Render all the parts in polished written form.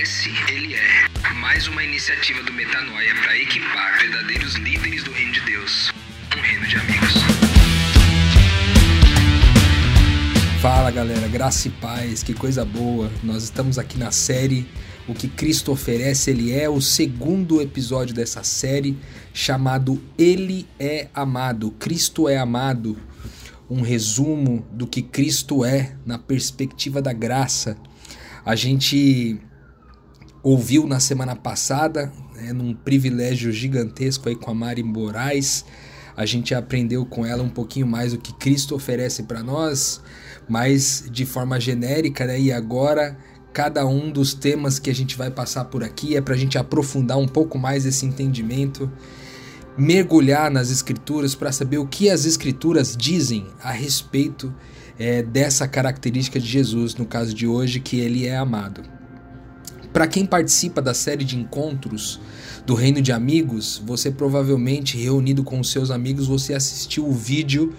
Esse, ele é mais uma iniciativa do Metanoia para equipar verdadeiros líderes do Reino de Deus. Um reino de amigos. Fala galera, graça e paz, que coisa boa. Nós estamos aqui na série O que Cristo Oferece, Ele é o segundo episódio dessa série, chamado Ele é Amado, Cristo é Amado. Um resumo do que Cristo é na perspectiva da graça. A gente ouviu na semana passada, num privilégio gigantesco aí com a Mari Moraes, a gente aprendeu com ela um pouquinho mais o que Cristo oferece para nós, mas de forma genérica, né? E agora cada um dos temas que a gente vai passar por aqui é para a gente aprofundar um pouco mais esse entendimento, mergulhar nas Escrituras para saber o que as Escrituras dizem a respeito dessa característica de Jesus, no caso de hoje, que Ele é amado. Para quem participa da série de encontros do Reino de Amigos, você provavelmente, reunido com os seus amigos, você assistiu o vídeo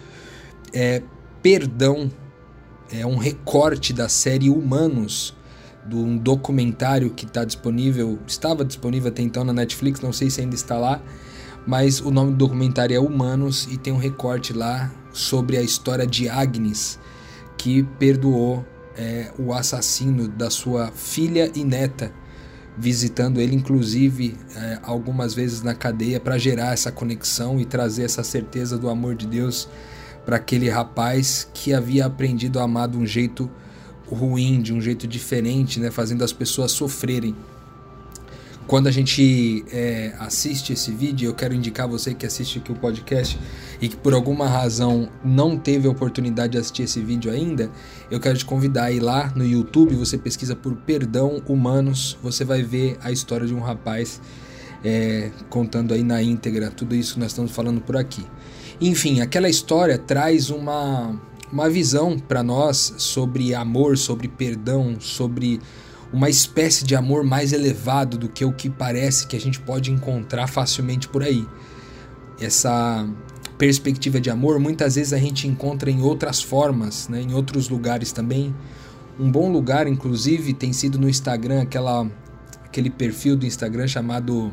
Perdão, um recorte da série Humanos, de um documentário que estava disponível até então na Netflix, não sei se ainda está lá, mas o nome do documentário é Humanos e tem um recorte lá sobre a história de Agnes, que perdoou o assassino da sua filha e neta, visitando ele inclusive algumas vezes na cadeia para gerar essa conexão e trazer essa certeza do amor de Deus para aquele rapaz que havia aprendido a amar de um jeito ruim, de um jeito diferente, né, fazendo as pessoas sofrerem. Quando a gente assiste esse vídeo, eu quero indicar a você que assiste aqui o podcast e que por alguma razão não teve a oportunidade de assistir esse vídeo ainda, eu quero te convidar a ir lá no YouTube, você pesquisa por Perdão Humanos, você vai ver a história de um rapaz contando aí na íntegra tudo isso que nós estamos falando por aqui. Enfim, aquela história traz uma visão para nós sobre amor, sobre perdão, sobre uma espécie de amor mais elevado do que o que parece que a gente pode encontrar facilmente por aí. Essa perspectiva de amor muitas vezes a gente encontra em outras formas, né, em outros lugares também. Um bom lugar, inclusive, tem sido no Instagram, aquele perfil do Instagram chamado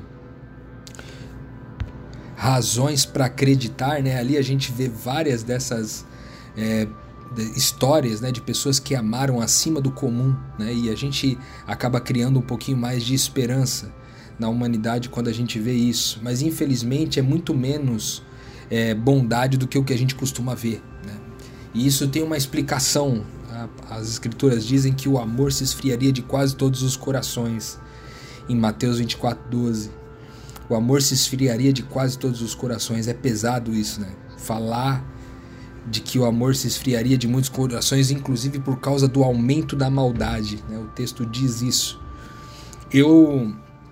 Razões para Acreditar, né? Ali a gente vê várias dessas histórias, né, de pessoas que amaram acima do comum, né, e a gente acaba criando um pouquinho mais de esperança na humanidade quando a gente vê isso, mas infelizmente é muito menos bondade do que o que a gente costuma ver, né? E isso tem uma explicação. As Escrituras dizem que o amor se esfriaria de quase todos os corações, em Mateus 24:12. O amor se esfriaria de quase todos os corações. É pesado isso, né? Falar de que o amor se esfriaria de muitos corações, inclusive por causa do aumento da maldade, né? O texto diz isso. Eu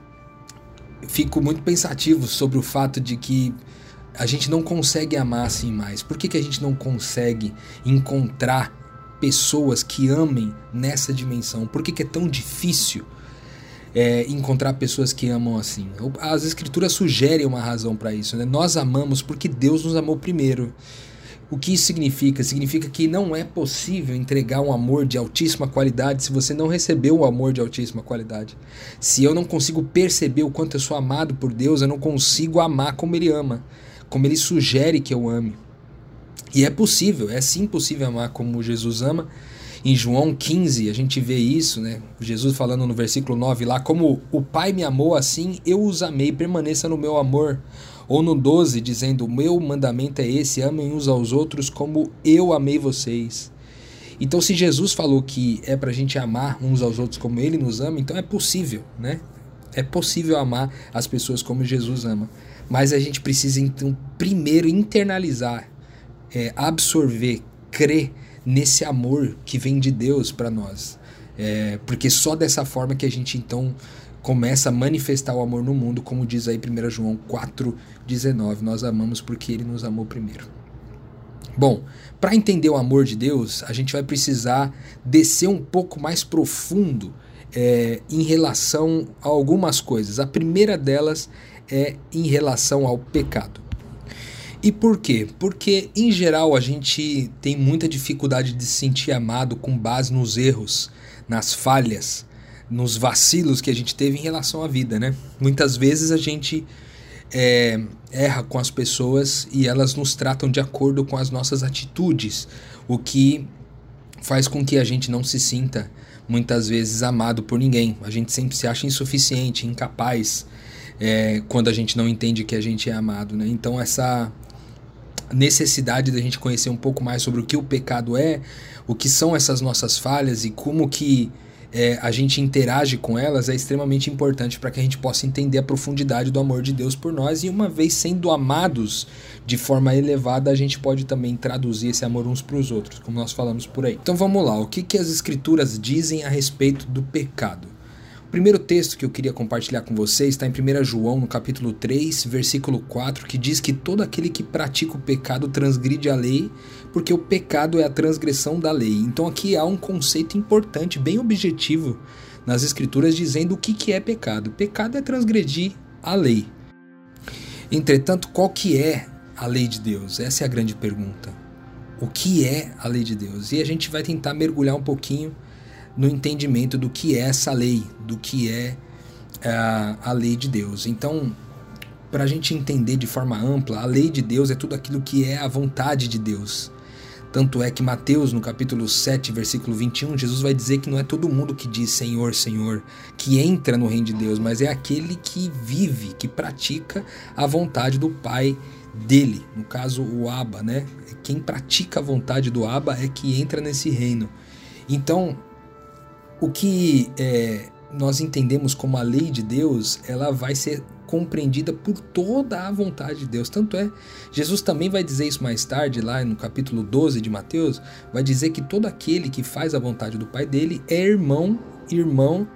fico muito pensativo sobre o fato de que a gente não consegue amar assim mais. Por que a gente não consegue encontrar pessoas que amem nessa dimensão? Por que é tão difícil encontrar pessoas que amam assim? As Escrituras sugerem uma razão para isso, né? Nós amamos porque Deus nos amou primeiro. O que isso significa? Significa que não é possível entregar um amor de altíssima qualidade se você não recebeu o amor de altíssima qualidade. Se eu não consigo perceber o quanto eu sou amado por Deus, eu não consigo amar como Ele ama, como Ele sugere que eu ame. E é possível, é sim possível amar como Jesus ama. Em João 15 a gente vê isso, né? Jesus falando no versículo 9 lá, como o Pai me amou, assim eu os amei, permaneça no meu amor. Ou no 12, dizendo, o meu mandamento é esse, amem uns aos outros como eu amei vocês. Então se Jesus falou que é pra gente amar uns aos outros como Ele nos ama, então é possível, né? É possível amar as pessoas como Jesus ama. Mas a gente precisa então primeiro internalizar, absorver, crer nesse amor que vem de Deus para nós. Porque só dessa forma que a gente então começa a manifestar o amor no mundo, como diz aí 1 João 4,19, nós amamos porque Ele nos amou primeiro. Bom, para entender o amor de Deus, a gente vai precisar descer um pouco mais profundo em relação a algumas coisas. A primeira delas é em relação ao pecado. E por quê? Porque, em geral, a gente tem muita dificuldade de se sentir amado com base nos erros, nas falhas, nos vacilos que a gente teve em relação à vida, né? Muitas vezes a gente erra com as pessoas e elas nos tratam de acordo com as nossas atitudes, o que faz com que a gente não se sinta muitas vezes amado por ninguém. A gente sempre se acha insuficiente, incapaz, quando a gente não entende que a gente é amado, né? Então essa necessidade da gente conhecer um pouco mais sobre o que o pecado é, o que são essas nossas falhas e como que a gente interage com elas é extremamente importante para que a gente possa entender a profundidade do amor de Deus por nós, e uma vez sendo amados de forma elevada, a gente pode também traduzir esse amor uns para os outros, como nós falamos por aí. Então vamos lá, o que as Escrituras dizem a respeito do pecado? O primeiro texto que eu queria compartilhar com vocês está em 1 João, no capítulo 3, versículo 4, que diz que todo aquele que pratica o pecado transgride a lei, porque o pecado é a transgressão da lei. Então aqui há um conceito importante, bem objetivo nas Escrituras, dizendo o que é pecado. Pecado é transgredir a lei. Entretanto, qual que é a lei de Deus? Essa é a grande pergunta. O que é a lei de Deus? E a gente vai tentar mergulhar um pouquinho no entendimento do que é essa lei, do que é a lei de Deus. Então, para a gente entender de forma ampla, a lei de Deus é tudo aquilo que é a vontade de Deus. Tanto é que Mateus, no capítulo 7, versículo 21, Jesus vai dizer que não é todo mundo que diz Senhor, Senhor, que entra no reino de Deus, mas é aquele que vive, que pratica a vontade do Pai dele. No caso, o Abba, né? Quem pratica a vontade do Abba é que entra nesse reino. Então, o que nós entendemos como a lei de Deus, ela vai ser compreendida por toda a vontade de Deus. Tanto é, Jesus também vai dizer isso mais tarde, lá no capítulo 12 de Mateus, vai dizer que todo aquele que faz a vontade do Pai dele é irmão, irmã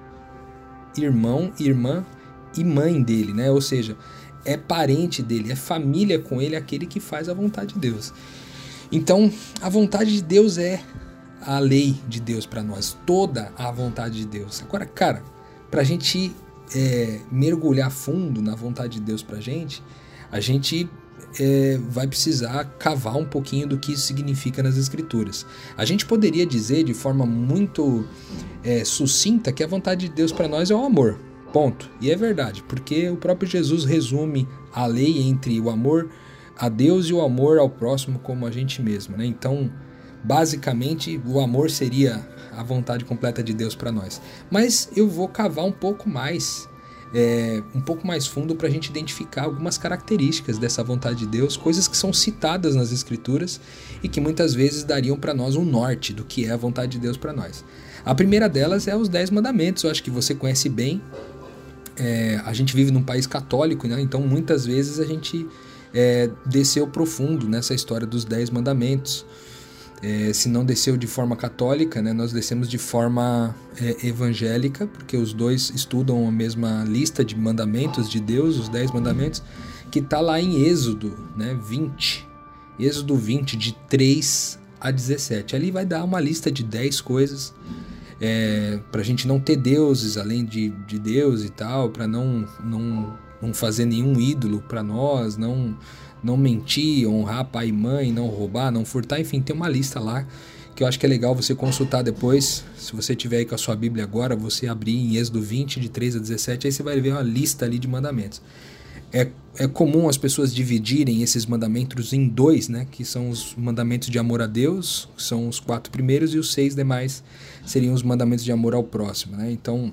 e mãe dele, né? Ou seja, é parente dele, é família com ele, aquele que faz a vontade de Deus. Então, a vontade de Deus é a lei de Deus para nós, toda a vontade de Deus. Agora, cara, para a gente mergulhar fundo na vontade de Deus para a gente vai precisar cavar um pouquinho do que isso significa nas Escrituras. A gente poderia dizer de forma muito sucinta que a vontade de Deus para nós é o amor, ponto. E é verdade, porque o próprio Jesus resume a lei entre o amor a Deus e o amor ao próximo como a gente mesmo, né? Então, basicamente, o amor seria a vontade completa de Deus para nós. Mas eu vou cavar um pouco mais fundo para a gente identificar algumas características dessa vontade de Deus, coisas que são citadas nas Escrituras e que muitas vezes dariam para nós um norte do que é a vontade de Deus para nós. A primeira delas é os 10 mandamentos. Eu acho que você conhece bem. A gente vive num país católico, né? Então muitas vezes a gente desceu profundo nessa história dos 10 mandamentos. Se não desceu de forma católica, né, nós descemos de forma evangélica, porque os dois estudam a mesma lista de mandamentos de Deus, os 10 mandamentos, que está lá em Êxodo, né, 20. Êxodo 20, de 3 a 17. Ali vai dar uma lista de 10 coisas para a gente não ter deuses além de Deus e tal, para não fazer nenhum ídolo para nós, não mentir, honrar pai e mãe, não roubar, não furtar, enfim, tem uma lista lá que eu acho que é legal você consultar depois. Se você tiver aí com a sua Bíblia agora, você abrir em Êxodo 20, de 3 a 17, aí você vai ver uma lista ali de mandamentos. É comum as pessoas dividirem esses mandamentos em 2, né, que são os mandamentos de amor a Deus, que são os 4 primeiros, e os 6 demais seriam os mandamentos de amor ao próximo, né? Então,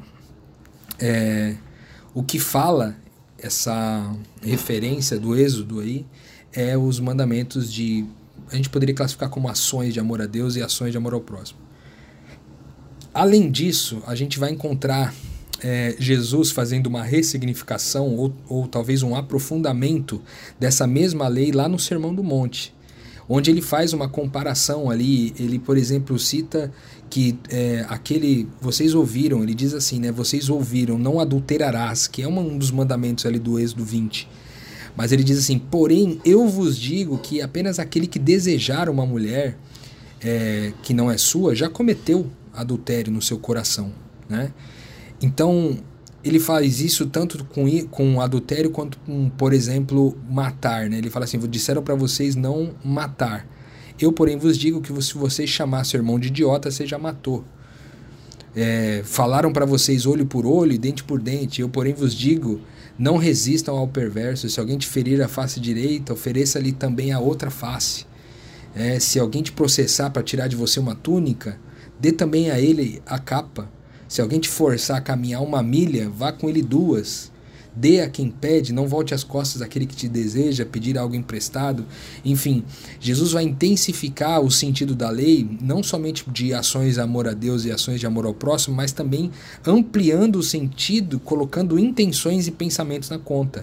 o que fala essa referência do Êxodo aí é os mandamentos a gente poderia classificar como ações de amor a Deus e ações de amor ao próximo. Além disso, a gente vai encontrar Jesus fazendo uma ressignificação ou talvez um aprofundamento dessa mesma lei lá no Sermão do Monte, onde ele faz uma comparação ali. Ele, por exemplo, cita que vocês ouviram, ele diz assim, né, vocês ouviram, não adulterarás, que é um dos mandamentos ali do Êxodo 20, mas ele diz assim, porém eu vos digo que apenas aquele que desejar uma mulher que não é sua, já cometeu adultério no seu coração, né? Então ele faz isso tanto com adultério quanto com, por exemplo, matar, né? Ele fala assim, disseram para vocês não matar. Eu, porém, vos digo que se você chamar seu irmão de idiota, você já matou. falaram para vocês olho por olho, dente por dente, eu porém vos digo, não resistam ao perverso, se alguém te ferir a face direita, ofereça-lhe também a outra face. Se alguém te processar para tirar de você uma túnica, dê também a ele a capa. Se alguém te forçar a caminhar 1 milha, vá com ele 2. Dê a quem pede, não volte as costas àquele que te deseja pedir algo emprestado. Enfim, Jesus vai intensificar o sentido da lei, não somente de ações de amor a Deus e ações de amor ao próximo, mas também ampliando o sentido, colocando intenções e pensamentos na conta.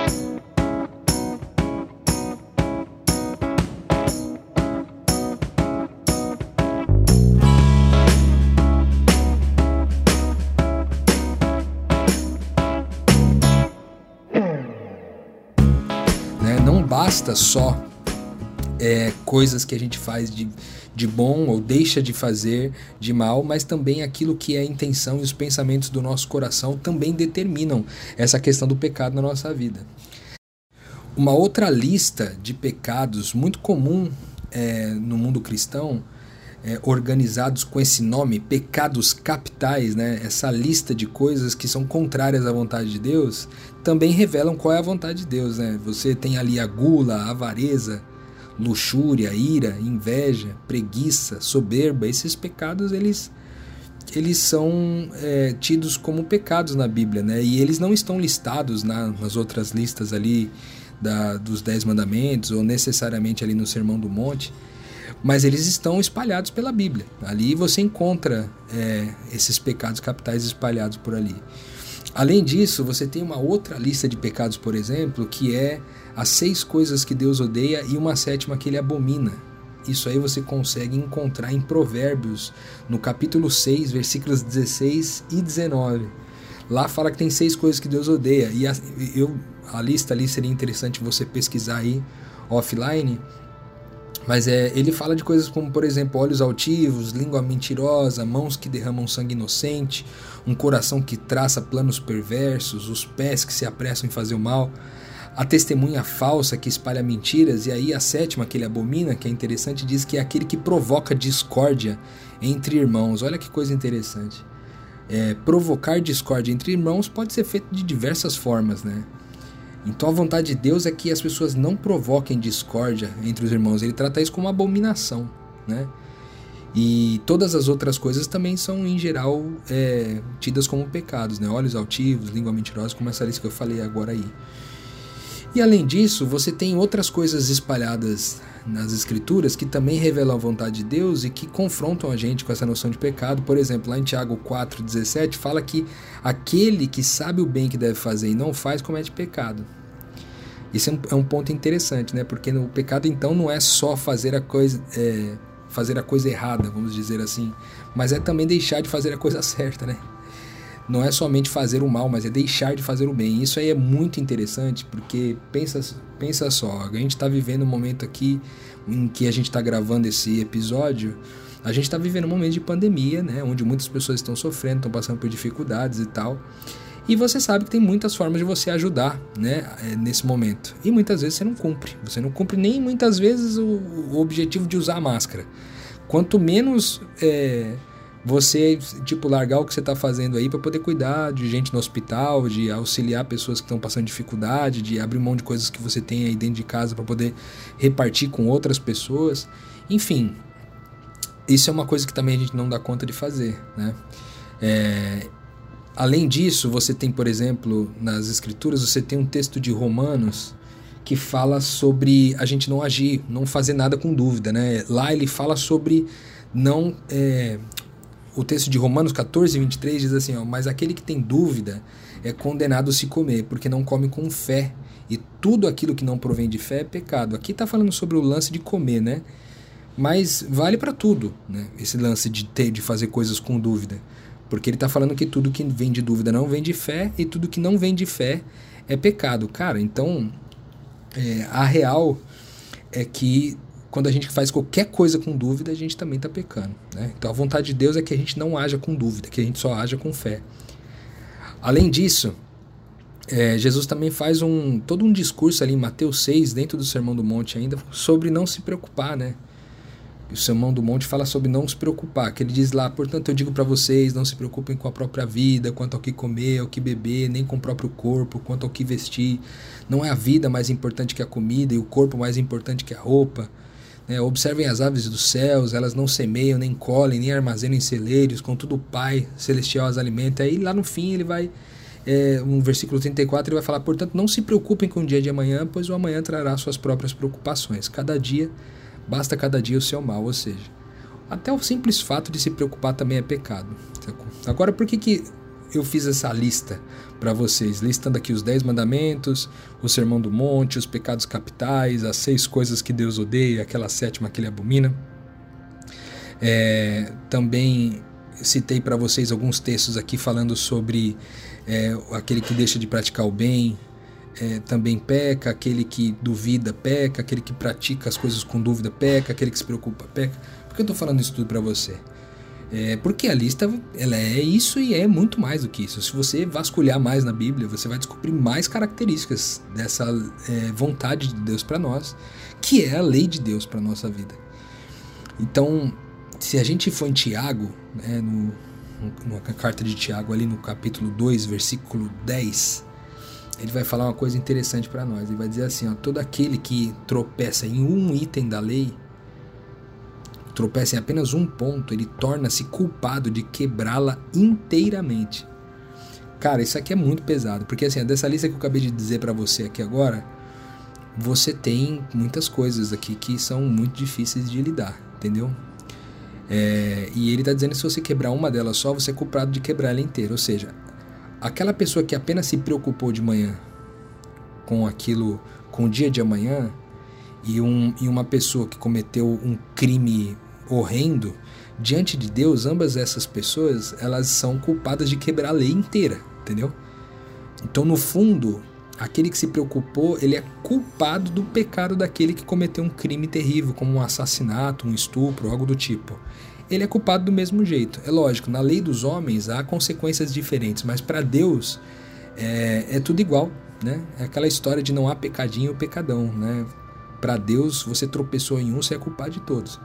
Não basta só coisas que a gente faz de bom ou deixa de fazer de mal, mas também aquilo que é a intenção e os pensamentos do nosso coração também determinam essa questão do pecado na nossa vida. Uma outra lista de pecados muito comum no mundo cristão, organizados com esse nome, pecados capitais, né? Essa lista de coisas que são contrárias à vontade de Deus, também revelam qual é a vontade de Deus, né? Você tem ali a gula, a avareza, luxúria, ira, inveja, preguiça, soberba. Esses pecados, eles são tidos como pecados na Bíblia, né? E eles não estão listados nas outras listas ali dos 10 mandamentos ou necessariamente ali no Sermão do Monte, mas eles estão espalhados pela Bíblia. Ali você encontra esses pecados capitais espalhados por ali. Além disso, você tem uma outra lista de pecados, por exemplo, que é as 6 coisas que Deus odeia e uma 7ª que ele abomina. Isso aí você consegue encontrar em Provérbios, no capítulo 6, versículos 16 e 19. Lá fala que tem 6 coisas que Deus odeia. E a lista ali seria interessante você pesquisar aí offline. Mas ele fala de coisas como, por exemplo, olhos altivos, língua mentirosa, mãos que derramam sangue inocente, um coração que traça planos perversos, os pés que se apressam em fazer o mal, a testemunha falsa que espalha mentiras, e aí a 7ª que ele abomina, que é interessante, diz que é aquele que provoca discórdia entre irmãos. Olha que coisa interessante. Provocar discórdia entre irmãos pode ser feito de diversas formas, né? Então a vontade de Deus é que as pessoas não provoquem discórdia entre os irmãos. Ele trata isso como abominação, né? E todas as outras coisas também são, em geral, tidas como pecados, né? Olhos altivos, língua mentirosa, como essa lista que eu falei agora aí. E além disso, você tem outras coisas espalhadas nas Escrituras que também revelam a vontade de Deus e que confrontam a gente com essa noção de pecado. Por exemplo, lá em Tiago 4,17 fala que aquele que sabe o bem que deve fazer e não faz, comete pecado. Isso é um ponto interessante, né? Porque o pecado, então, não é só fazer a coisa errada, vamos dizer assim, mas é também deixar de fazer a coisa certa, né? Não é somente fazer o mal, mas é deixar de fazer o bem. Isso aí é muito interessante, porque pensa só, a gente está vivendo um momento aqui em que a gente está gravando esse episódio, a gente está vivendo um momento de pandemia, né? Onde muitas pessoas estão sofrendo, estão passando por dificuldades e tal. E você sabe que tem muitas formas de você ajudar, né, nesse momento. E muitas vezes você não cumpre. Você não cumpre nem muitas vezes o objetivo de usar a máscara. Quanto menos você, largar o que você está fazendo aí para poder cuidar de gente no hospital, de auxiliar pessoas que estão passando dificuldade, de abrir mão de coisas que você tem aí dentro de casa para poder repartir com outras pessoas. Enfim, isso é uma coisa que também a gente não dá conta de fazer, né? Além disso, você tem, por exemplo, nas Escrituras, você tem um texto de Romanos que fala sobre a gente não agir, não fazer nada com dúvida, né? Lá ele fala sobre não... O texto de Romanos 14, 23 diz assim, mas aquele que tem dúvida é condenado a se comer, porque não come com fé, e tudo aquilo que não provém de fé é pecado. Aqui está falando sobre o lance de comer, né? Mas vale para tudo, né? Esse lance de fazer coisas com dúvida. Porque ele está falando que tudo que vem de dúvida não vem de fé, e tudo que não vem de fé é pecado. Cara, então, a real é que quando a gente faz qualquer coisa com dúvida, a gente também está pecando, né? Então a vontade de Deus é que a gente não haja com dúvida, que a gente só haja com fé. Além disso, Jesus também faz todo um discurso ali em Mateus 6, dentro do Sermão do Monte ainda, sobre não se preocupar, né? O Sermão do Monte fala sobre não se preocupar, que ele diz lá: portanto eu digo para vocês, não se preocupem com a própria vida, quanto ao que comer, ao que beber, nem com o próprio corpo, quanto ao que vestir. Não é a vida mais importante que a comida e o corpo mais importante que a roupa. Observem as aves dos céus, elas não semeiam, nem colhem, nem armazenam em celeiros, contudo o Pai Celestial as alimenta. Aí lá no fim ele vai, no versículo 34, ele vai falar: portanto não se preocupem com o dia de amanhã, pois o amanhã trará suas próprias preocupações. Basta cada dia o seu mal, ou seja, até o simples fato de se preocupar também é pecado. Agora, por que eu fiz essa lista para vocês? Listando aqui os 10 mandamentos, o Sermão do Monte, os pecados capitais, as 6 coisas que Deus odeia, aquela 7ª que ele abomina. Também citei para vocês alguns textos aqui falando sobre aquele que deixa de praticar o bem, também peca, aquele que duvida peca, aquele que pratica as coisas com dúvida peca, aquele que se preocupa peca. Por que eu estou falando isso tudo para você? Porque a lista ela é isso e é muito mais do que isso. Se você vasculhar mais na Bíblia, você vai descobrir mais características dessa vontade de Deus para nós, que é a lei de Deus para a nossa vida. Então, se a gente for em Tiago, na carta de Tiago, ali no capítulo 2, versículo 10, ele vai falar uma coisa interessante para nós. Ele vai dizer assim: todo aquele que tropeça em um item da lei, tropeça em apenas um ponto, ele torna-se culpado de quebrá-la inteiramente. Cara, isso aqui é muito pesado, porque assim, dessa lista que eu acabei de dizer para você aqui agora, você tem muitas coisas aqui que são muito difíceis de lidar, entendeu? E ele está dizendo que se você quebrar uma delas só, você é culpado de quebrar ela inteira. Ou seja, aquela pessoa que apenas se preocupou de manhã com aquilo, com o dia de amanhã, e uma pessoa que cometeu um crime horrendo, diante de Deus, ambas essas pessoas, elas são culpadas de quebrar a lei inteira, entendeu? Então, no fundo, aquele que se preocupou, ele é culpado do pecado daquele que cometeu um crime terrível, como um assassinato, um estupro, algo do tipo. Ele é culpado do mesmo jeito. É lógico, na lei dos homens há consequências diferentes, mas para Deus é tudo igual, né? É aquela história de não há pecadinho ou pecadão, né? Para Deus, você tropeçou em um, você é culpado de todos.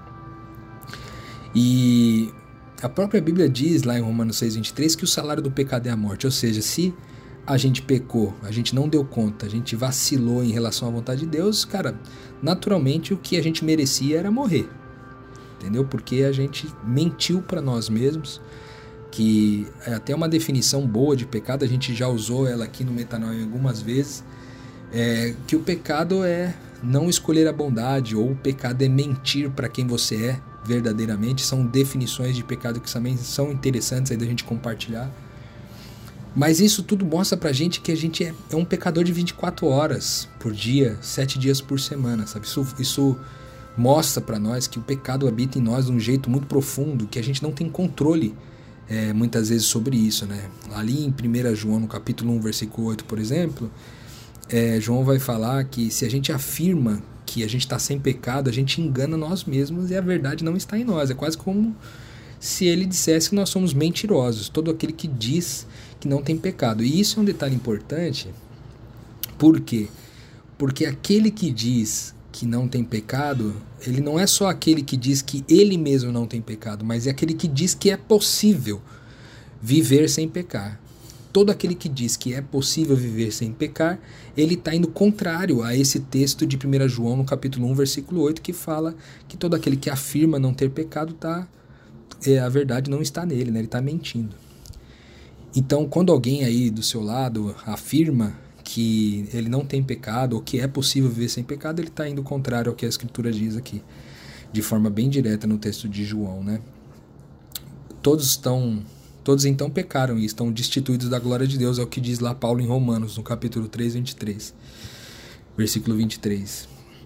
E a própria Bíblia diz lá em Romanos 6,23 que o salário do pecado é a morte. Ou seja, se a gente pecou, a gente não deu conta, a gente vacilou em relação à vontade de Deus, cara, naturalmente o que a gente merecia era morrer. Entendeu? Porque a gente mentiu para nós mesmos, que é até uma definição boa de pecado, a gente já usou ela aqui no Metanoia algumas vezes, que o pecado é não escolher a bondade, ou o pecado é mentir para quem você é verdadeiramente. São definições de pecado que também são interessantes aí da gente compartilhar. Mas isso tudo mostra pra gente que a gente é um pecador de 24 horas por dia, 7 dias por semana, sabe? Isso mostra pra nós que o pecado habita em nós de um jeito muito profundo, que a gente não tem controle muitas vezes sobre isso, né? Ali em 1 João, no capítulo 1, versículo 8, por exemplo, João vai falar que se a gente afirma que a gente está sem pecado, a gente engana nós mesmos e a verdade não está em nós. É quase como se ele dissesse que nós somos mentirosos, todo aquele que diz que não tem pecado. E isso é um detalhe importante. Por quê? Porque aquele que diz que não tem pecado, ele não é só aquele que diz que ele mesmo não tem pecado, mas é aquele que diz que é possível viver sem pecar. Todo aquele que diz que é possível viver sem pecar, ele está indo contrário a esse texto de 1 João, no capítulo 1, versículo 8, que fala que todo aquele que afirma não ter pecado, a verdade não está nele, né? Ele está mentindo. Então, quando alguém aí do seu lado afirma que ele não tem pecado, ou que é possível viver sem pecado, ele está indo contrário ao que a Escritura diz aqui, de forma bem direta no texto de João, né? Todos então pecaram e estão destituídos da glória de Deus, é o que diz lá Paulo em Romanos, no capítulo 3, 23, versículo 23.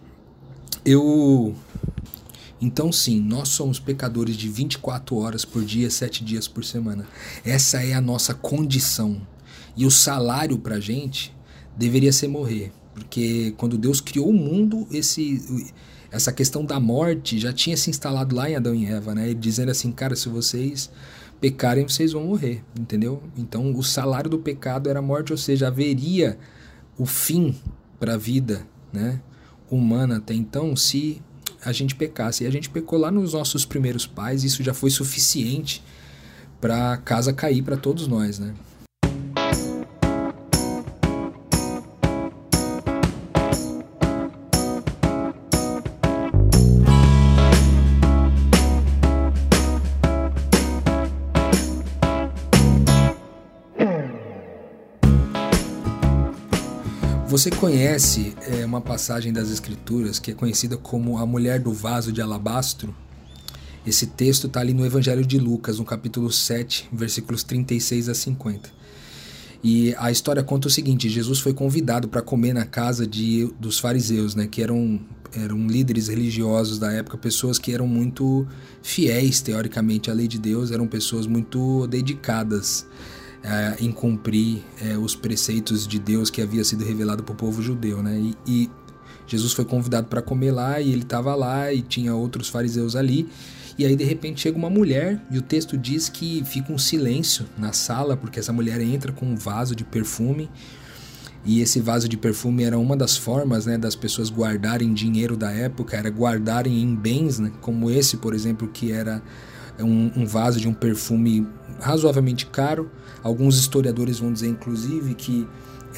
Então sim, nós somos pecadores de 24 horas por dia, 7 dias por semana. Essa é a nossa condição. E o salário pra gente deveria ser morrer. Porque quando Deus criou o mundo, essa questão da morte já tinha se instalado lá em Adão e Eva, né? Ele dizendo assim, cara, se vocês pecarem, vocês vão morrer, entendeu? Então o salário do pecado era a morte, ou seja, haveria o fim para a vida, né, humana até então, se a gente pecasse. E a gente pecou lá nos nossos primeiros pais, e isso já foi suficiente para a casa cair para todos nós, né? Você conhece uma passagem das Escrituras que é conhecida como a mulher do vaso de alabastro? Esse texto está ali no Evangelho de Lucas, no capítulo 7, versículos 36 a 50. E a história conta o seguinte: Jesus foi convidado para comer na casa dos fariseus, né, que eram líderes religiosos da época, pessoas que eram muito fiéis, teoricamente, à lei de Deus, eram pessoas muito dedicadas em cumprir os preceitos de Deus que havia sido revelado para o povo judeu, né? E Jesus foi convidado para comer lá, e ele estava lá, e tinha outros fariseus ali, e aí de repente chega uma mulher, e o texto diz que fica um silêncio na sala, porque essa mulher entra com um vaso de perfume, e esse vaso de perfume era uma das formas, né, das pessoas guardarem dinheiro da época, era guardarem em bens, né, como esse, por exemplo, que era um vaso de um perfume razoavelmente caro. Alguns historiadores vão dizer, inclusive, que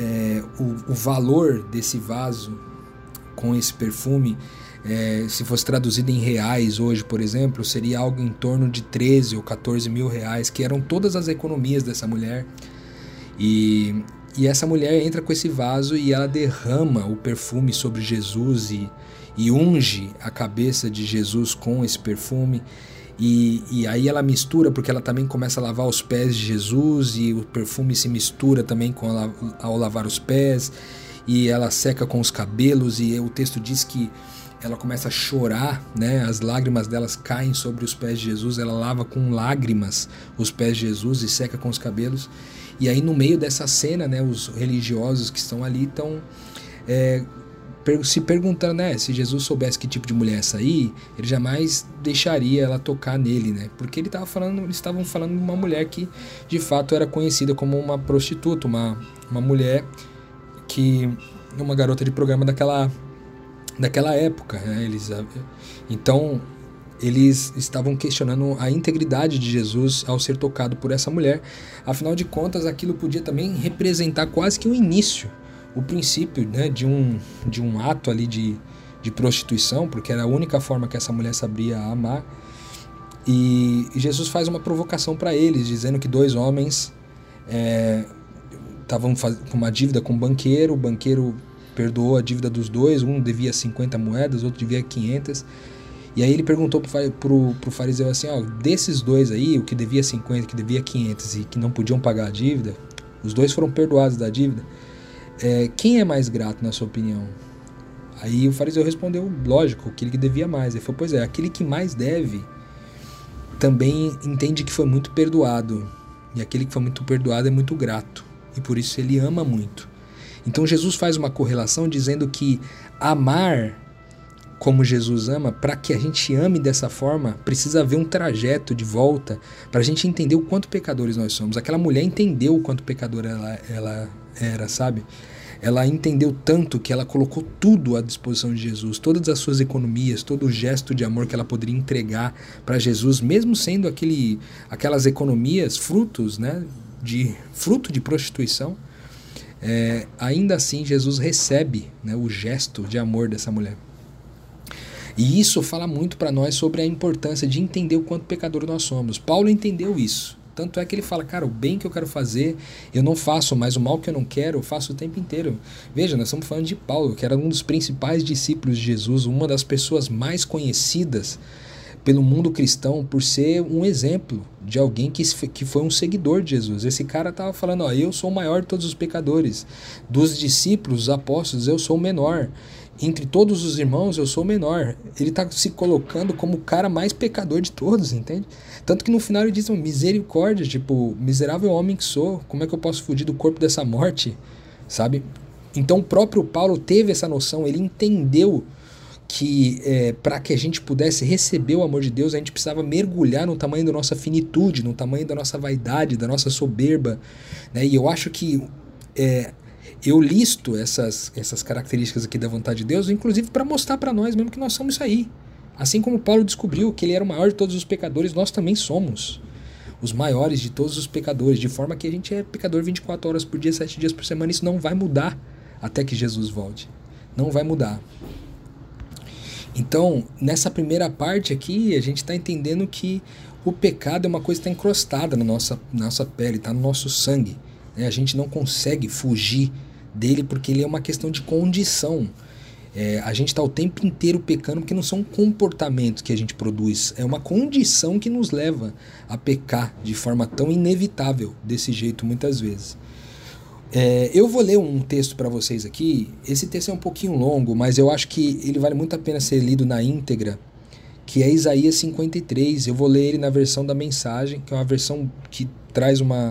o valor desse vaso com esse perfume, se fosse traduzido em reais hoje, por exemplo, seria algo em torno de 13 ou 14 mil reais, que eram todas as economias dessa mulher. E essa mulher entra com esse vaso e ela derrama o perfume sobre Jesus e unge a cabeça de Jesus com esse perfume. E aí ela mistura, porque ela também começa a lavar os pés de Jesus, e o perfume se mistura também ao lavar os pés, e ela seca com os cabelos, e o texto diz que ela começa a chorar, né? As lágrimas delas caem sobre os pés de Jesus, ela lava com lágrimas os pés de Jesus e seca com os cabelos. E aí no meio dessa cena, né, os religiosos que estão ali estão se perguntando, né, se Jesus soubesse que tipo de mulher é essa aí, ele jamais deixaria ela tocar nele, né? Porque eles estavam falando de uma mulher que de fato era conhecida como uma prostituta, uma mulher uma garota de programa daquela época, né? Então eles estavam questionando a integridade de Jesus ao ser tocado por essa mulher. Afinal de contas, aquilo podia também representar quase que o início, o princípio, né, de um ato ali de prostituição, porque era a única forma que essa mulher sabia amar. E Jesus faz uma provocação para eles, dizendo que dois homens estavam com uma dívida com o banqueiro perdoou a dívida dos dois, um devia 50 moedas, outro devia 500, e aí ele perguntou pro fariseu assim, desses dois aí, o que devia 50, que devia 500 e que não podiam pagar a dívida, os dois foram perdoados da dívida, quem é mais grato na sua opinião? Aí o fariseu respondeu, lógico, aquele que devia mais. Ele falou, pois é, aquele que mais deve também entende que foi muito perdoado, e aquele que foi muito perdoado é muito grato, e por isso ele ama muito. Então Jesus faz uma correlação dizendo que amar como Jesus ama, para que a gente ame dessa forma, precisa haver um trajeto de volta para a gente entender o quanto pecadores nós somos. Aquela mulher entendeu o quanto pecadora ela era, sabe? Ela entendeu tanto que ela colocou tudo à disposição de Jesus, todas as suas economias, todo o gesto de amor que ela poderia entregar para Jesus, mesmo sendo aquelas economias fruto de prostituição. Ainda assim Jesus recebe, né, o gesto de amor dessa mulher. E isso fala muito para nós sobre a importância de entender o quanto pecador nós somos. Paulo entendeu isso. Tanto é que ele fala, cara, o bem que eu quero fazer, eu não faço, mas o mal que eu não quero, eu faço o tempo inteiro. Veja, nós estamos falando de Paulo, que era um dos principais discípulos de Jesus, uma das pessoas mais conhecidas pelo mundo cristão por ser um exemplo de alguém que foi um seguidor de Jesus. Esse cara estava falando, eu sou o maior de todos os pecadores. Dos discípulos, os apóstolos, eu sou o menor. Entre todos os irmãos, eu sou o menor. Ele está se colocando como o cara mais pecador de todos, entende? Tanto que no final ele diz, misericórdia, miserável homem que sou, como é que eu posso fugir do corpo dessa morte, sabe? Então o próprio Paulo teve essa noção, ele entendeu que para que a gente pudesse receber o amor de Deus, a gente precisava mergulhar no tamanho da nossa finitude, no tamanho da nossa vaidade, da nossa soberba, né? E eu acho que eu listo essas características aqui da vontade de Deus, inclusive para mostrar para nós mesmo que nós somos isso aí, Assim como Paulo descobriu que ele era o maior de todos os pecadores, nós também somos os maiores de todos os pecadores, de forma que a gente é pecador 24 horas por dia, 7 dias por semana. Isso não vai mudar até que Jesus volte. Não vai mudar. Então, nessa primeira parte aqui, a gente está entendendo que o pecado é uma coisa que está encrostada na nossa pele, está no nosso sangue. Né? A gente não consegue fugir dele porque ele é uma questão de condição. A gente está o tempo inteiro pecando porque não são comportamentos que a gente produz, é uma condição que nos leva a pecar de forma tão inevitável, desse jeito muitas vezes. Eu vou ler um texto para vocês aqui. Esse texto é um pouquinho longo, mas eu acho que ele vale muito a pena ser lido na íntegra, que é Isaías 53. Eu vou ler ele na versão da Mensagem, que é uma versão que traz uma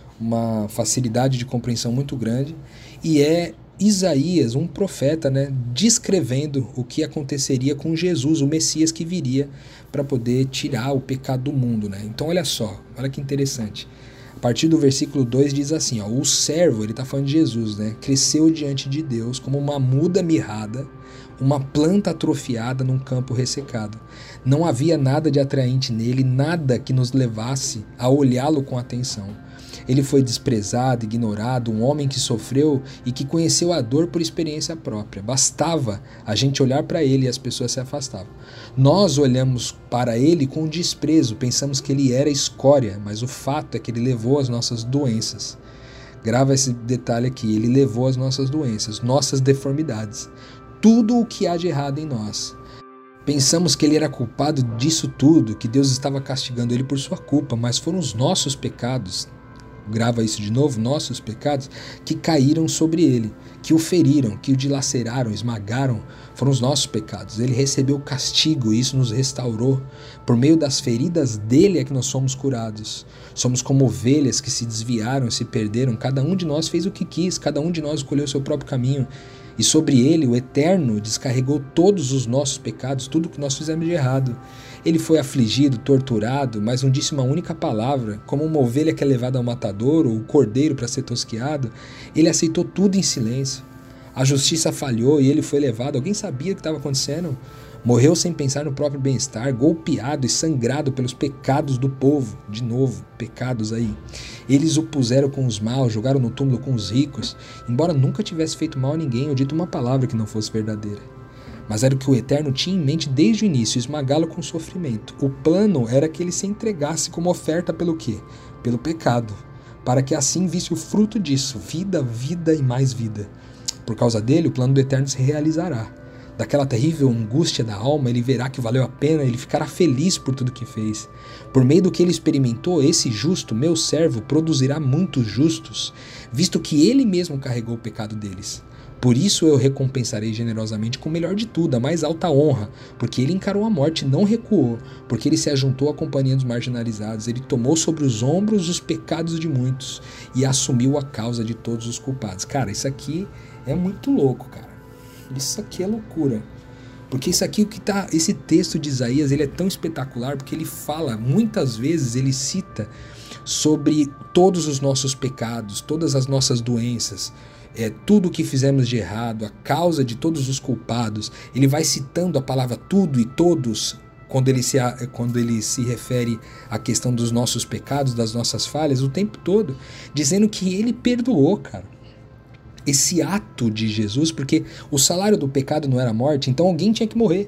facilidade de compreensão muito grande, e é Isaías, um profeta, né, descrevendo o que aconteceria com Jesus, o Messias que viria para poder tirar o pecado do mundo. Né? Então olha só, olha que interessante. A partir do versículo 2 diz assim, ó, o servo, ele está falando de Jesus, né, cresceu diante de Deus como uma muda mirrada, uma planta atrofiada num campo ressecado. Não havia nada de atraente nele, nada que nos levasse a olhá-lo com atenção. Ele foi desprezado, ignorado, um homem que sofreu e que conheceu a dor por experiência própria. Bastava a gente olhar para ele e as pessoas se afastavam. Nós olhamos para ele com desprezo, pensamos que ele era escória, mas o fato é que ele levou as nossas doenças. Grava esse detalhe aqui, ele levou as nossas doenças, nossas deformidades, tudo o que há de errado em nós. Pensamos que ele era culpado disso tudo, que Deus estava castigando ele por sua culpa, mas foram os nossos pecados, grava isso de novo, nossos pecados, que caíram sobre ele, que o feriram, que o dilaceraram, esmagaram, foram os nossos pecados. Ele recebeu castigo e isso nos restaurou. Por meio das feridas dele é que nós somos curados. Somos como ovelhas que se desviaram, se perderam. Cada um de nós fez o que quis, cada um de nós escolheu o seu próprio caminho. E sobre ele, o Eterno, descarregou todos os nossos pecados, tudo que nós fizemos de errado. Ele foi afligido, torturado, mas não disse uma única palavra. Como uma ovelha que é levada ao matador, ou o cordeiro para ser tosquiado, ele aceitou tudo em silêncio. A justiça falhou e ele foi levado. Alguém sabia o que estava acontecendo? Morreu sem pensar no próprio bem-estar, golpeado e sangrado pelos pecados do povo. De novo, pecados aí. Eles o puseram com os maus, jogaram no túmulo com os ricos, embora nunca tivesse feito mal a ninguém ou dito uma palavra que não fosse verdadeira. Mas era o que o Eterno tinha em mente desde o início, esmagá-lo com sofrimento. O plano era que ele se entregasse como oferta pelo quê? Pelo pecado, para que assim visse o fruto disso, vida, vida e mais vida. Por causa dele, o plano do Eterno se realizará. Daquela terrível angústia da alma, ele verá que valeu a pena, ele ficará feliz por tudo que fez. Por meio do que ele experimentou, esse justo, meu servo, produzirá muitos justos, visto que ele mesmo carregou o pecado deles. Por isso eu recompensarei generosamente com o melhor de tudo, a mais alta honra, porque ele encarou a morte e não recuou, porque ele se ajuntou à companhia dos marginalizados, ele tomou sobre os ombros os pecados de muitos e assumiu a causa de todos os culpados. Cara, isso aqui é muito louco, cara. Isso aqui é loucura. Porque isso aqui, esse texto de Isaías, ele é tão espetacular porque ele fala, muitas vezes ele cita sobre todos os nossos pecados, todas as nossas doenças, tudo o que fizemos de errado, a causa de todos os culpados. Ele vai citando a palavra tudo e todos quando ele se refere à questão dos nossos pecados, das nossas falhas, o tempo todo, dizendo que ele perdoou, cara. Esse ato de Jesus, porque o salário do pecado não era a morte, então alguém tinha que morrer.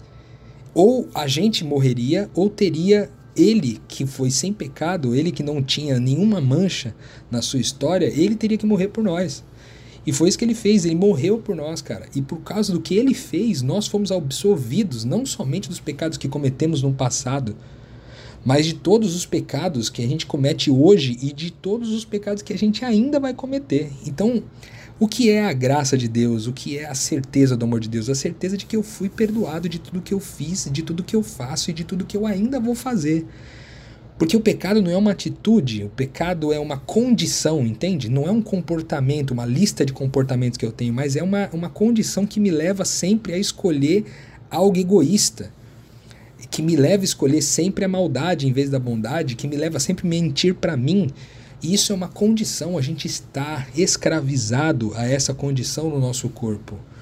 Ou a gente morreria, ou teria ele que foi sem pecado, ele que não tinha nenhuma mancha na sua história, ele teria que morrer por nós. E foi isso que ele fez, ele morreu por nós, cara. E por causa do que ele fez, nós fomos absolvidos, não somente dos pecados que cometemos no passado, mas de todos os pecados que a gente comete hoje e de todos os pecados que a gente ainda vai cometer. Então, o que é a graça de Deus? O que é a certeza do amor de Deus? A certeza de que eu fui perdoado de tudo que eu fiz, de tudo que eu faço e de tudo que eu ainda vou fazer. Porque o pecado não é uma atitude, o pecado é uma condição, entende? Não é um comportamento, uma lista de comportamentos que eu tenho, mas é uma condição que me leva sempre a escolher algo egoísta, que me leva a escolher sempre a maldade em vez da bondade, que me leva sempre a mentir para mim. E isso é uma condição, a gente está escravizado a essa condição no nosso corpo.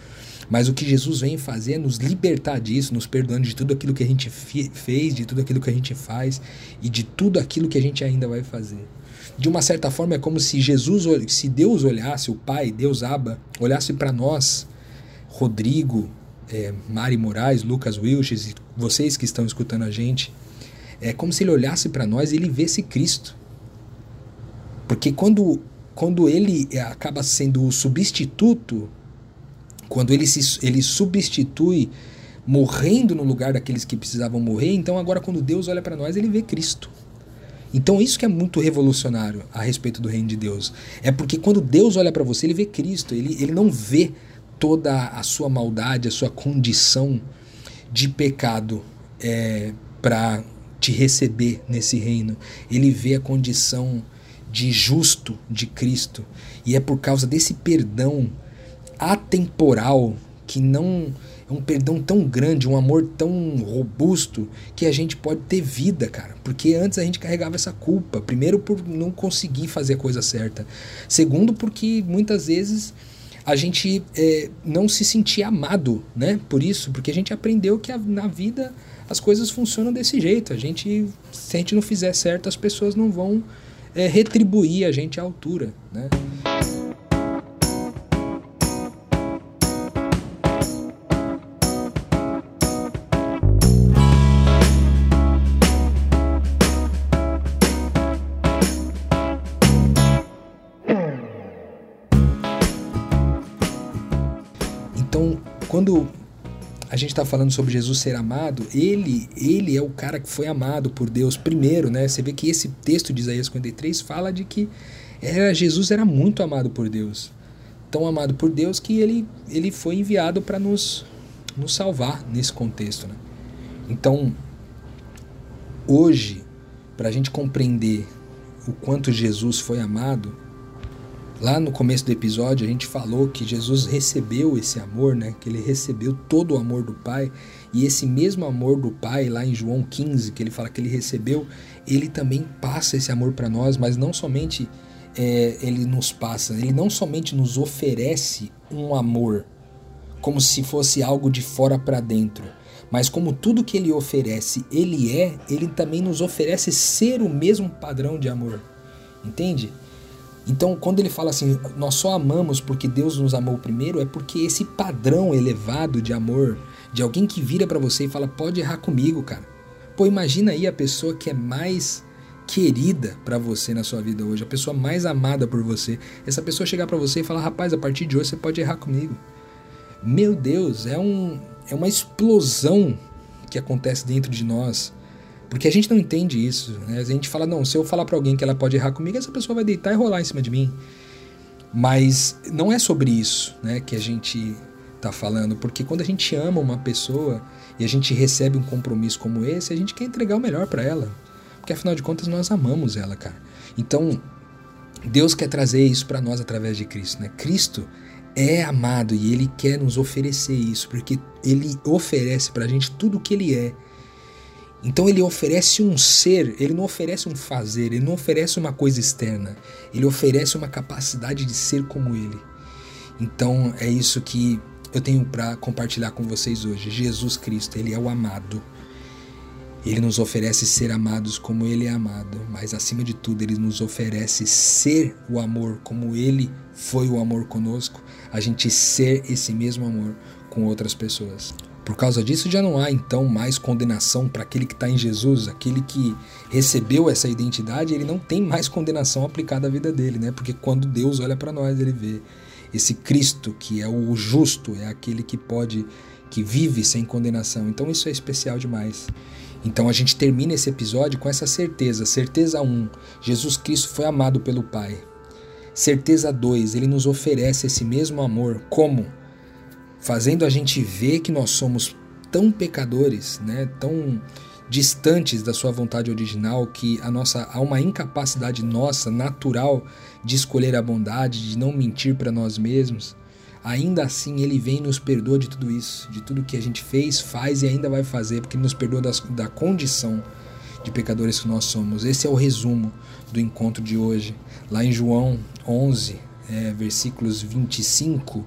Mas o que Jesus vem fazer é nos libertar disso, nos perdoando de tudo aquilo que a gente fez, de tudo aquilo que a gente faz e de tudo aquilo que a gente ainda vai fazer. De uma certa forma é como se se Deus olhasse, o Pai, Deus Abba, olhasse para nós, Rodrigo, Mari Moraes, Lucas Wilches e vocês que estão escutando a gente, é como se ele olhasse para nós e ele visse Cristo. Porque quando ele acaba sendo o substituto, quando ele substitui morrendo no lugar daqueles que precisavam morrer, então agora quando Deus olha para nós, ele vê Cristo. Então isso que é muito revolucionário a respeito do reino de Deus. É porque quando Deus olha para você, ele vê Cristo, ele não vê toda a sua maldade, a sua condição de pecado para te receber nesse reino. Ele vê a condição de justo de Cristo. E é por causa desse perdão atemporal, que não é um perdão tão grande, um amor tão robusto, que a gente pode ter vida, cara. Porque antes a gente carregava essa culpa. Primeiro, por não conseguir fazer a coisa certa. Segundo, porque muitas vezes a gente não se sentia amado, né? Por isso, porque a gente aprendeu que na vida as coisas funcionam desse jeito. Se a gente não fizer certo, as pessoas não vão retribuir a gente à altura, né? Então, quando a gente está falando sobre Jesus ser amado, ele é o cara que foi amado por Deus primeiro, né? Você vê que esse texto de Isaías 53 fala de que Jesus era muito amado por Deus. Tão amado por Deus que ele foi enviado para nos salvar nesse contexto, né? Então, hoje, para a gente compreender o quanto Jesus foi amado, lá no começo do episódio a gente falou que Jesus recebeu esse amor, né? Que ele recebeu todo o amor do Pai, e esse mesmo amor do Pai, lá em João 15, que ele fala que ele recebeu, ele também passa esse amor para nós, mas não somente ele nos passa, ele não somente nos oferece um amor, como se fosse algo de fora para dentro, mas como tudo que ele oferece, ele também nos oferece ser o mesmo padrão de amor, entende? Então, quando ele fala assim, nós só amamos porque Deus nos amou primeiro, é porque esse padrão elevado de amor, de alguém que vira pra você e fala, pode errar comigo, cara. Pô, imagina aí a pessoa que é mais querida pra você na sua vida hoje, a pessoa mais amada por você. Essa pessoa chegar pra você e falar, rapaz, a partir de hoje você pode errar comigo. Meu Deus, é uma explosão que acontece dentro de nós. Porque a gente não entende isso, né? A gente fala, não, se eu falar pra alguém que ela pode errar comigo, essa pessoa vai deitar e rolar em cima de mim. Mas não é sobre isso, né, que a gente tá falando, porque quando a gente ama uma pessoa e a gente recebe um compromisso como esse, a gente quer entregar o melhor pra ela. Porque afinal de contas nós amamos ela, cara. Então, Deus quer trazer isso pra nós através de Cristo, né? Cristo é amado e ele quer nos oferecer isso, porque ele oferece pra gente tudo o que ele é. Então ele oferece um ser, ele não oferece um fazer, ele não oferece uma coisa externa, ele oferece uma capacidade de ser como ele. Então é isso que eu tenho para compartilhar com vocês hoje. Jesus Cristo, ele é o amado. Ele nos oferece ser amados como ele é amado, mas acima de tudo ele nos oferece ser o amor como ele foi o amor conosco, a gente ser esse mesmo amor com outras pessoas. Por causa disso já não há então mais condenação para aquele que está em Jesus, aquele que recebeu essa identidade, ele não tem mais condenação aplicada à vida dele, né? Porque quando Deus olha para nós, ele vê esse Cristo que é o justo, é aquele que vive sem condenação. Então isso é especial demais. Então a gente termina esse episódio com essa certeza. Certeza 1, Jesus Cristo foi amado pelo Pai. Certeza 2, ele nos oferece esse mesmo amor. Como? Fazendo a gente ver que nós somos tão pecadores, né, tão distantes da sua vontade original, que há uma incapacidade nossa, natural, de escolher a bondade, de não mentir para nós mesmos. Ainda assim, ele vem e nos perdoa de tudo isso, de tudo que a gente fez, faz e ainda vai fazer, porque ele nos perdoa da condição de pecadores que nós somos. Esse é o resumo do encontro de hoje. Lá em João 11, versículos 25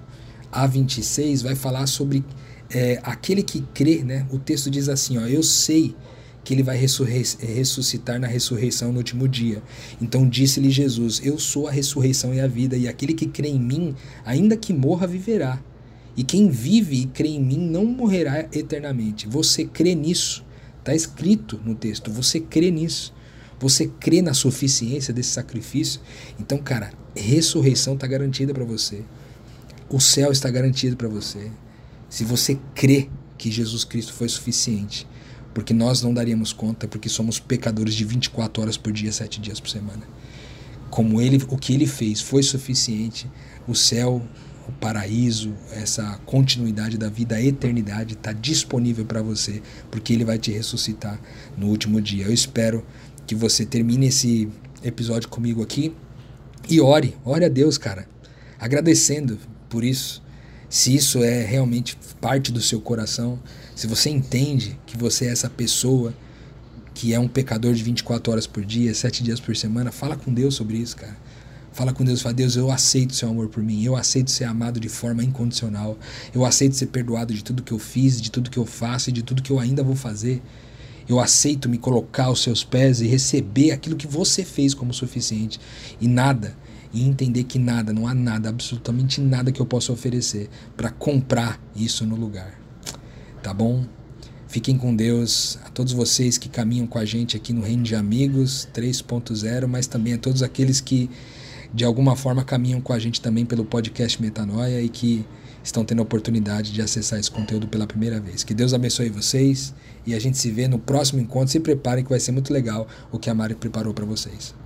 a 26 vai falar sobre aquele que crê, né? O texto diz assim, ó, eu sei que ele vai ressuscitar na ressurreição no último dia. Então disse-lhe Jesus, eu sou a ressurreição e a vida, e aquele que crê em mim, ainda que morra, viverá. E quem vive e crê em mim não morrerá eternamente. Você crê nisso? Está escrito no texto, você crê nisso. Você crê na suficiência desse sacrifício? Então, cara, ressurreição está garantida para você. O céu está garantido para você. Se você crê que Jesus Cristo foi suficiente, porque nós não daríamos conta, porque somos pecadores de 24 horas por dia, 7 dias por semana. Como o que ele fez foi suficiente, o céu, o paraíso, essa continuidade da vida, a eternidade está disponível para você, porque ele vai te ressuscitar no último dia. Eu espero que você termine esse episódio comigo aqui e ore a Deus, cara, agradecendo por isso. Se isso é realmente parte do seu coração, se você entende que você é essa pessoa que é um pecador de 24 horas por dia, 7 dias por semana, fala com Deus sobre isso, cara. Fala com Deus, fala, Deus, eu aceito seu amor por mim, eu aceito ser amado de forma incondicional, eu aceito ser perdoado de tudo que eu fiz, de tudo que eu faço e de tudo que eu ainda vou fazer. Eu aceito me colocar aos seus pés e receber aquilo que você fez como suficiente. E entender que nada, não há nada, absolutamente nada que eu possa oferecer para comprar isso no lugar. Tá bom? Fiquem com Deus, a todos vocês que caminham com a gente aqui no Reino de Amigos 3.0, mas também a todos aqueles que de alguma forma caminham com a gente também pelo podcast Metanoia e que estão tendo a oportunidade de acessar esse conteúdo pela primeira vez. Que Deus abençoe vocês e a gente se vê no próximo encontro. Se preparem que vai ser muito legal o que a Mari preparou para vocês.